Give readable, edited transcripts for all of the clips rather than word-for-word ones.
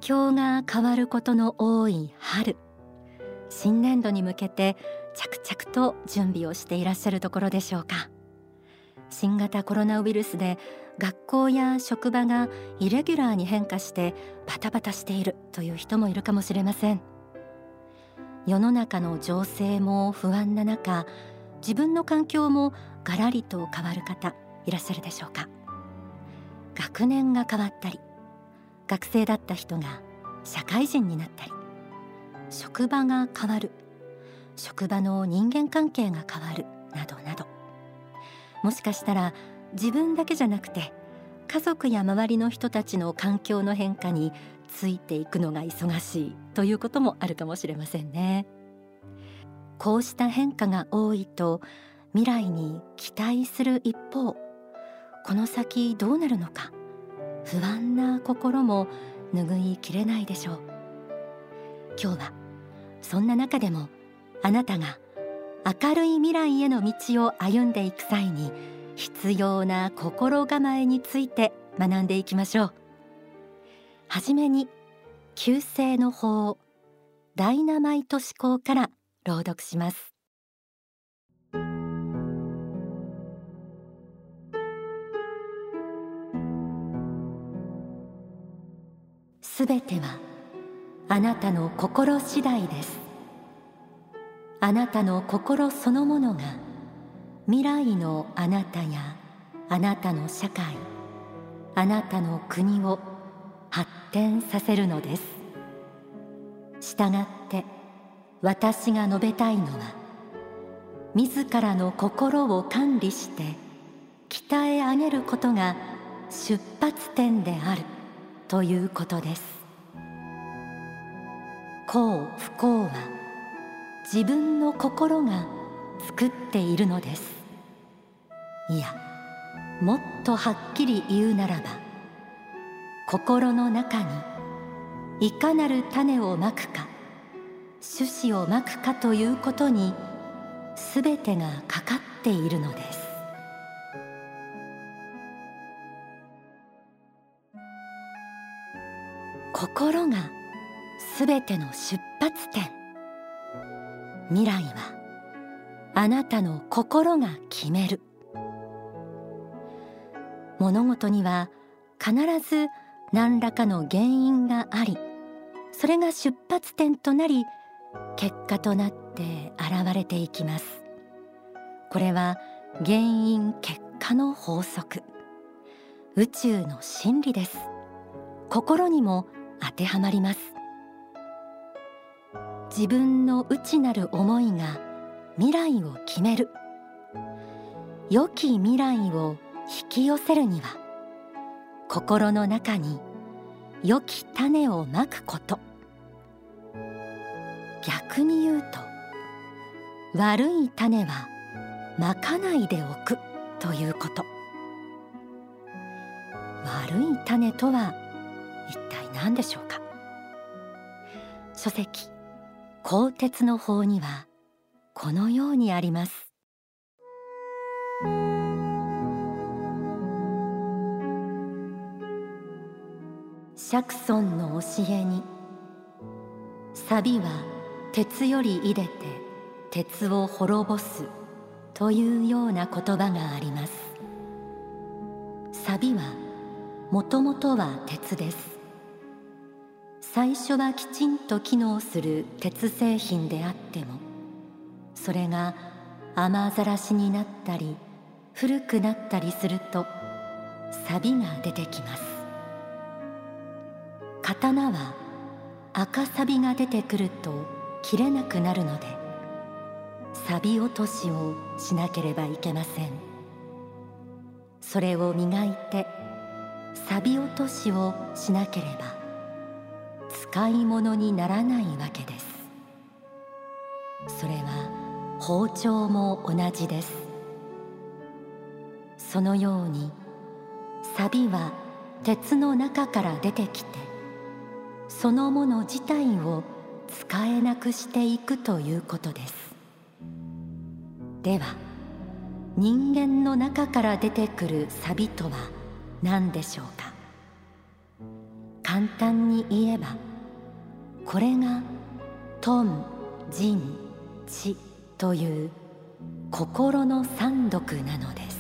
境が変わることの多い春、新年度に向けて着々と準備をしていらっしゃるところでしょうか。新型コロナウイルスで学校や職場がイレギュラーに変化してバタバタしているという人もいるかもしれません。世の中の情勢も不安な中、自分の環境もガラリと変わる方いらっしゃるでしょうか。学年が変わったり、学生だった人が社会人になったり、職場が変わる、職場の人間関係が変わるなどなど、もしかしたら自分だけじゃなくて家族や周りの人たちの環境の変化についていくのが忙しいということもあるかもしれませんね。こうした変化が多いと未来に期待する一方、この先どうなるのか不安な心も拭いきれないでしょう。今日はそんな中でもあなたが明るい未来への道を歩んでいく際に必要な心構えについて学んでいきましょう。はじめに旧世の法ダイナマイト思考から朗読します。すべてはあなたの心次第です。あなたの心そのものが未来のあなたやあなたの社会、あなたの国を発展させるのです。したがって私が述べたいのは、自らの心を管理して鍛え上げることが出発点であるということです。幸不幸は自分の心が作っているのです。いや、もっとはっきり言うならば、心の中にいかなる種をまくか種子をまくかということにすべてがかかっているのです。心がすべての出発点。未来はあなたの心が決める。物事には必ず何らかの原因があり、それが出発点となり結果となって現れていきます。これは原因結果の法則、宇宙の真理です。心にも当てはまります。自分の内なる思いが未来を決める。良き未来を引き寄せるには、心の中に良き種をまくこと。逆に言うと、悪い種はまかないでおくということ。悪い種とは一体何でしょうか。書籍鋼鉄の法にはこのようにあります。釈尊の教えに、錆は鉄より出でて鉄を滅ぼすというような言葉があります。錆はもともとは鉄です。最初はきちんと機能する鉄製品であっても、それが雨ざらしになったり古くなったりすると錆が出てきます。刀は赤錆が出てくると切れなくなるので、錆落としをしなければいけません。それを磨いて錆落としをしなければ使い物にならないわけです。それは包丁も同じです。そのように錆は鉄の中から出てきて、そのもの自体を使えなくしていくということです。では、人間の中から出てくる錆とは何でしょうか。 簡単に言えば、これがトン・ジン・チという心の三毒なのです。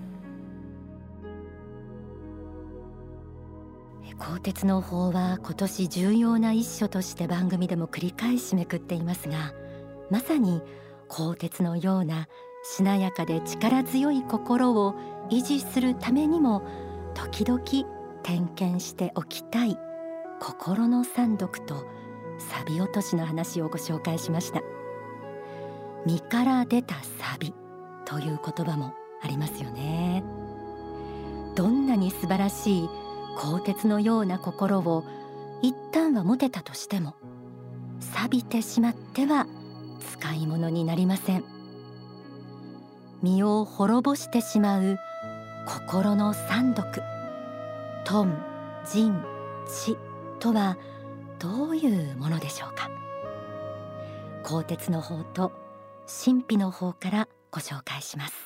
鋼鉄の法は今年重要な一書として番組でも繰り返しめくっていますが、まさに鋼鉄のようなしなやかで力強い心を維持するためにも時々点検しておきたい心の三毒と錆落としの話をご紹介しました。身から出た錆という言葉もありますよね。どんなに素晴らしい鋼鉄のような心を一旦は持てたとしても、錆びてしまっては使い物になりません。身を滅ぼしてしまう心の三毒、トン・ジン・チとはどういうものでしょうか。鋼鉄の法と神秘の法からご紹介します。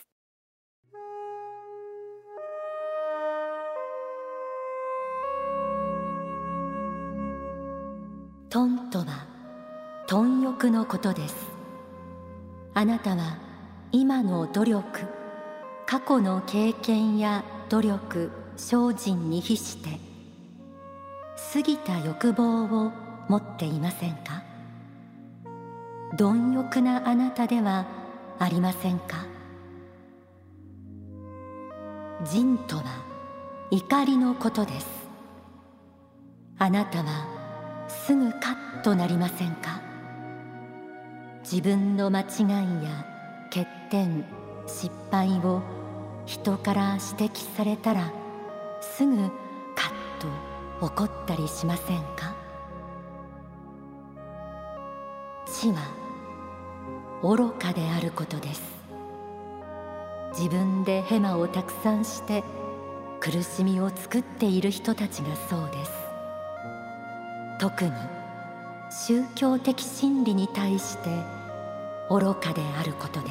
トンとは貪欲のことです。あなたは今の努力、過去の経験や努力、精進に比して過ぎた欲望を持っていませんか。貪欲なあなたではありませんか。仁とは怒りのことです。あなたはすぐカッとなりませんか。自分の間違いや欠点、失敗を人から指摘されたらすぐカッと怒ったりしませんか。知は愚かであることです。自分でヘマをたくさんして苦しみを作っている人たちがそうです。特に宗教的真理に対して愚かであることです。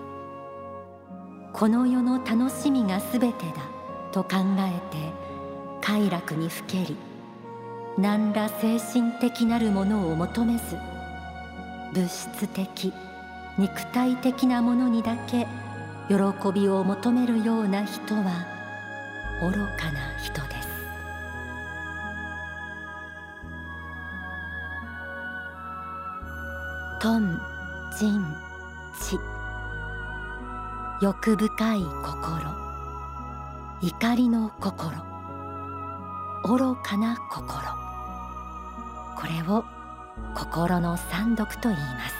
この世の楽しみがすべてだと考えて快楽にふけり、何ら精神的なるものを求めず、物質的、肉体的なものにだけ喜びを求めるような人は愚かな人です。トン・ジン・チ、欲深い心、怒りの心、愚かな心、これを心の三毒と言います。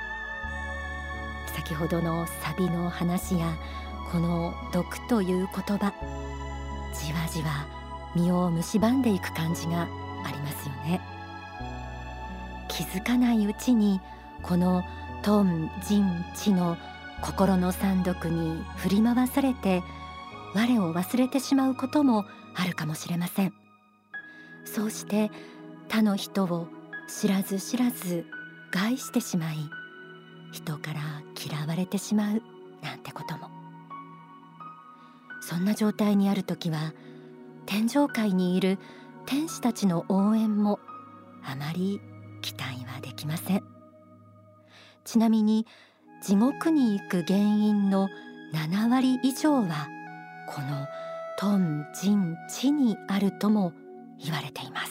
先ほどの錆の話やこの毒という言葉、じわじわ身を蝕んでいく感じがありますよね。気づかないうちにこのトン・ジン・チの心の三毒に振り回されて我を忘れてしまうこともあるかもしれません。そうして他の人を知らず知らず害してしまい、人から嫌われてしまうなんてことも。そんな状態にあるときは天上界にいる天使たちの応援もあまり期待はできません。ちなみに地獄に行く原因の7割以上はこのトン・ジン・チにあるとも言われています。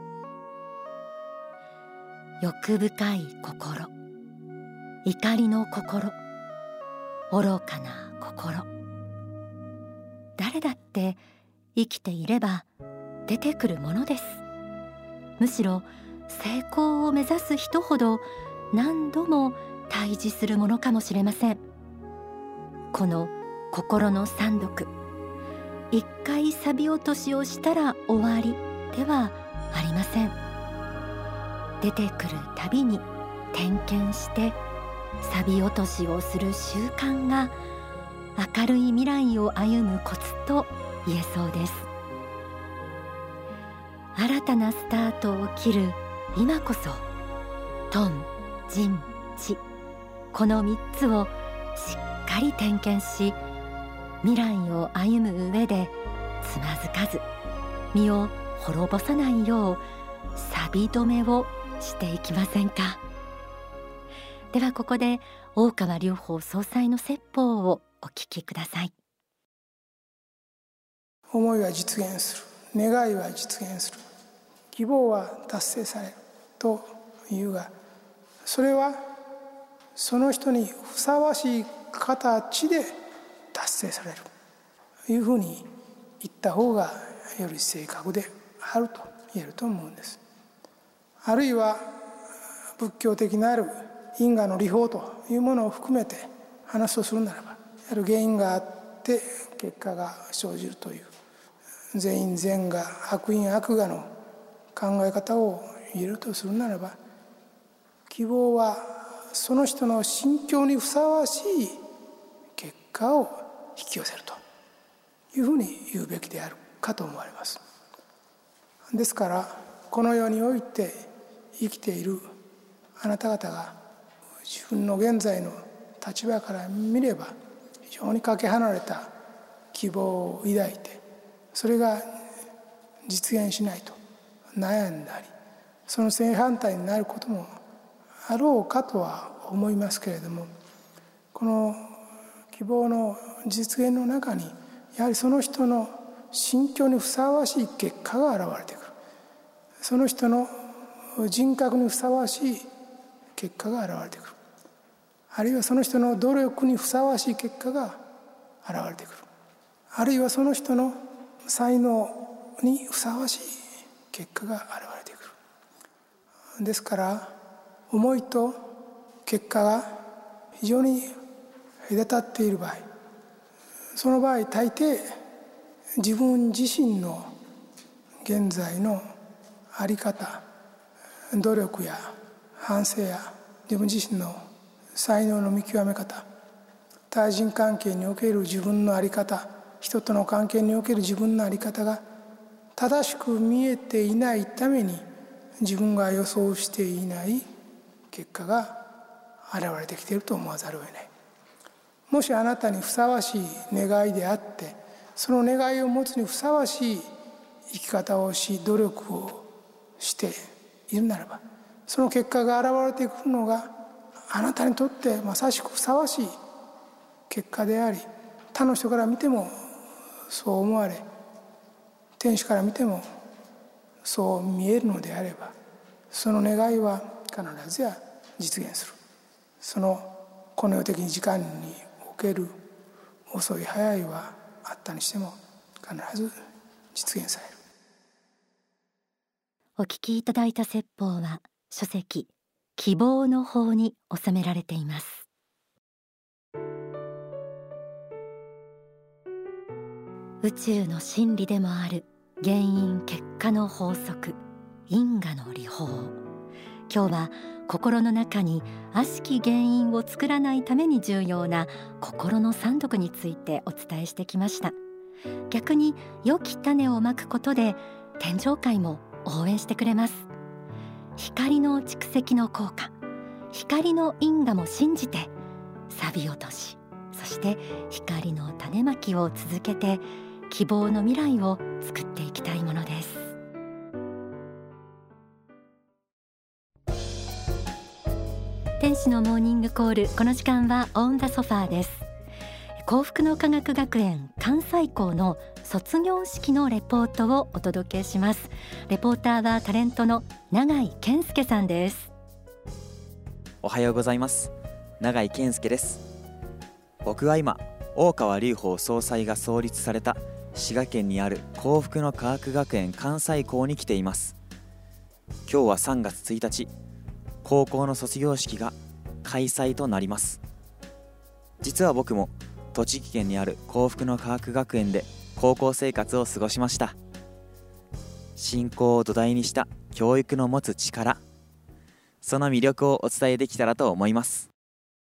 欲深い心、怒りの心、愚かな心、誰だって生きていれば出てくるものです。むしろ成功を目指す人ほど何度も対峙するものかもしれません。この心の三毒、一回錆落としをしたら終わりではありません。出てくるたびに点検して錆落としをする習慣が明るい未来を歩むコツと言えそうです。新たなスタートを切る今こそトン・ジン・チ、この3つをしっかり点検し、未来を歩む上でつまずかず身を滅ぼさないよう錆止めをしていきませんか。ではここで大川隆法総裁の説法をお聞きください。 思いは実現する、願いは実現する、希望は達成されるというが、それはその人にふさわしい形で達成されるというふうに言った方がより正確であると言えると思うんです。あるいは仏教的なる因果の理法というものを含めて話すとするならば、やはり原因があって結果が生じるという善因善果悪因悪果の考え方を言えるとするならば、希望はその人の心境にふさわしい結果を引き寄せるというふうに言うべきであるかと思われます。ですからこの世において生きているあなた方が自分の現在の立場から見れば非常にかけ離れた希望を抱いて、それが実現しないと悩んだり、その正反対になることもあろうかとは思いますけれども、この希望の実現の中にやはりその人の心境にふさわしい結果が現れてくる、その人の人格にふさわしい結果が現れてくる、あるいはその人の努力にふさわしい結果が現れてくる、あるいはその人の才能にふさわしい結果が現れてくる。ですから思いと結果が非常に隔たっている場合、その場合大抵自分自身の現在の在り方、努力や反省や自分自身の才能の見極め方、対人関係における自分の在り方、人との関係における自分の在り方が正しく見えていないために、自分が予想していない結果が現れてきていると思わざるを得ない。もしあなたにふさわしい願いであって、その願いを持つにふさわしい生き方をし努力をしているならば、その結果が現れてくるのがあなたにとってまさしくふさわしい結果であり、他の人から見てもそう思われ、天使から見てもそう見えるのであれば、その願いは必ずや実現する。そのこの世的時間における遅い早いはあったにしても必ず実現される。 お聞きいただいた説法は書籍希望の法に収められています。宇宙の真理でもある原因結果の法則、因果の理法。今日は心の中に悪しき原因を作らないために重要な心の三毒についてお伝えしてきました。逆に良き種をまくことで天上界も応援してくれます。光の蓄積の効果、光の因果も信じて錆落とし、そして光の種まきを続けて希望の未来を作っていきたいものです。天使のモーニングコール、この時間はオンダソファーです。幸福の科学学園関西校の卒業式のレポートをお届けします。レポーターはタレントの永井健介さんです。 おはようございます。永井健介です。僕は今大川隆法総裁が創立された滋賀県にある幸福の科学学園関西校に来ています。今日は3月1日、高校の卒業式が開催となります。実は僕も栃木県にある幸福の科学学園で高校生活を過ごしました。信仰を土台にした教育の持つ力、その魅力をお伝えできたらと思います。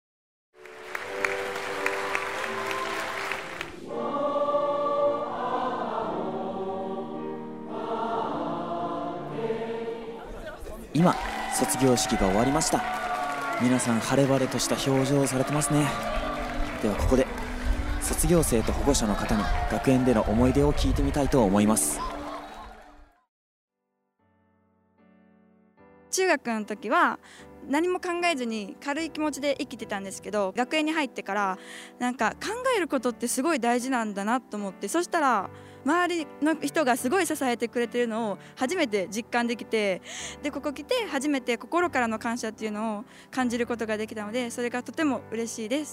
今卒業式が終わりました。皆さん晴れ晴れとした表情をされてますね。ではここで卒業生と保護者の方に学園での思い出を聞いてみたいと思います。 中学の時は何も考えずに軽い気持ちで生きてたんですけど、学園に入ってからなんか考えることってすごい大事なんだなと思って、そしたら周りの人がすごい支えてくれてるのを初めて実感できて、でここ来て初めて心からの感謝っていうのを感じることができたので、それがとても嬉しいです。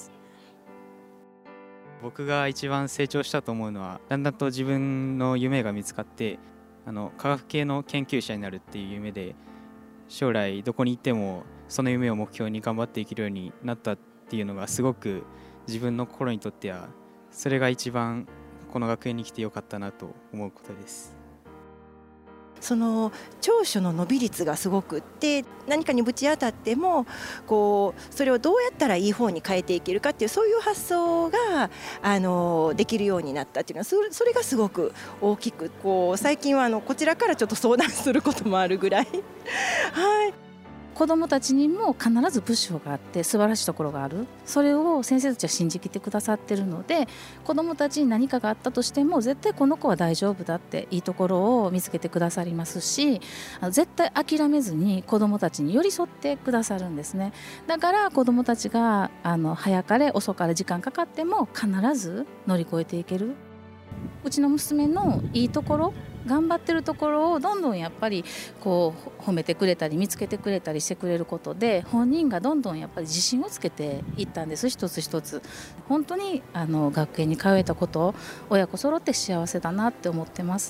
僕が一番成長したと思うのは、だんだんと自分の夢が見つかって、科学系の研究者になるっていう夢で、将来どこに行ってもその夢を目標に頑張っていけるようになったっていうのが、すごく自分の心にとってはそれが一番この学園に来てよかったなと思うことです。 その長所の伸び率がすごくって、何かにぶち当たってもそれをどうやったらいい方に変えていけるかっていう、そういう発想ができるようになったっていうのは、それがすごく大きく、最近はこちらからちょっと相談することもあるぐらいはい。 子どもたちにも必ず部署があって素晴らしいところがある、それを先生たちは信じきってくださってるので、子どもたちに何かがあったとしても絶対この子は大丈夫だっていいところを見つけてくださりますし、絶対諦めずに子どもたちに寄り添ってくださるんですね。だから子どもたちが早かれ遅かれ時間かかっても必ず乗り越えていける。うちの娘のいいところ、頑張ってるところをどんどんやっぱり褒めてくれたり見つけてくれたりしてくれることで、本人がどんどんやっぱり自信をつけていったんです。一つ一つ本当に学園に通えたこと、親子揃って幸せだなって思ってます。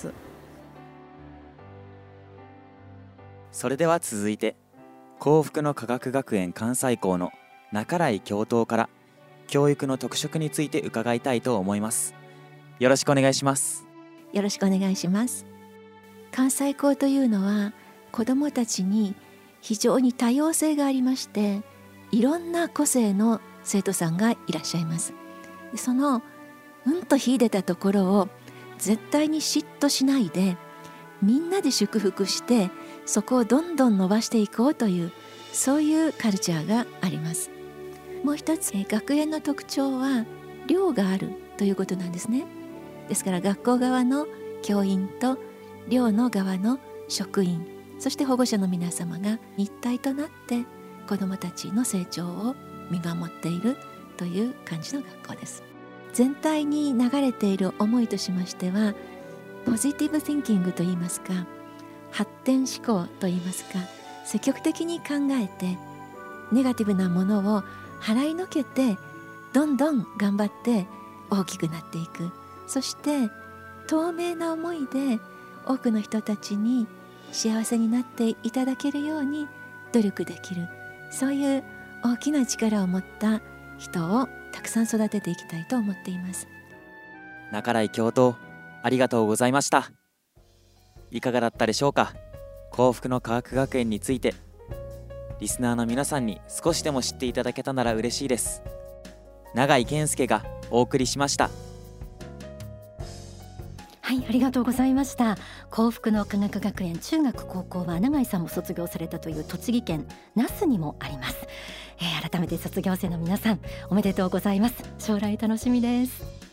それでは続いて、幸福の科学学園関西校の中井教頭から教育の特色について伺いたいと思います。よろしくお願いします。 よろしくお願いします。関西校というのは子どもたちに非常に多様性がありまして、いろんな個性の生徒さんがいらっしゃいます。そのと秀でたところを絶対に嫉妬しないで、みんなで祝福してそこをどんどん伸ばしていこうという、そういうカルチャーがあります。もう一つ、学園の特徴は寮があるということなんですね。ですから学校側の教員と寮の側の職員、そして保護者の皆様が一体となって子どもたちの成長を見守っているという感じの学校です。全体に流れている思いとしましては、ポジティブ・シンキングといいますか、発展思考といいますか、積極的に考えてネガティブなものを払いのけて、どんどん頑張って大きくなっていく。そして透明な思いで多くの人たちに幸せになっていただけるように努力できる、そういう大きな力を持った人をたくさん育てていきたいと思っています。 中井教頭、ありがとうございました。いかがだったでしょうか。幸福の科学学園についてリスナーの皆さんに少しでも知っていただけたなら嬉しいです。永井健介がお送りしました。 はい、ありがとうございました。幸福の科学学園中学高校は永井さんも卒業されたという栃木県那須にもあります。改めて卒業生の皆さん、おめでとうございます。将来楽しみです。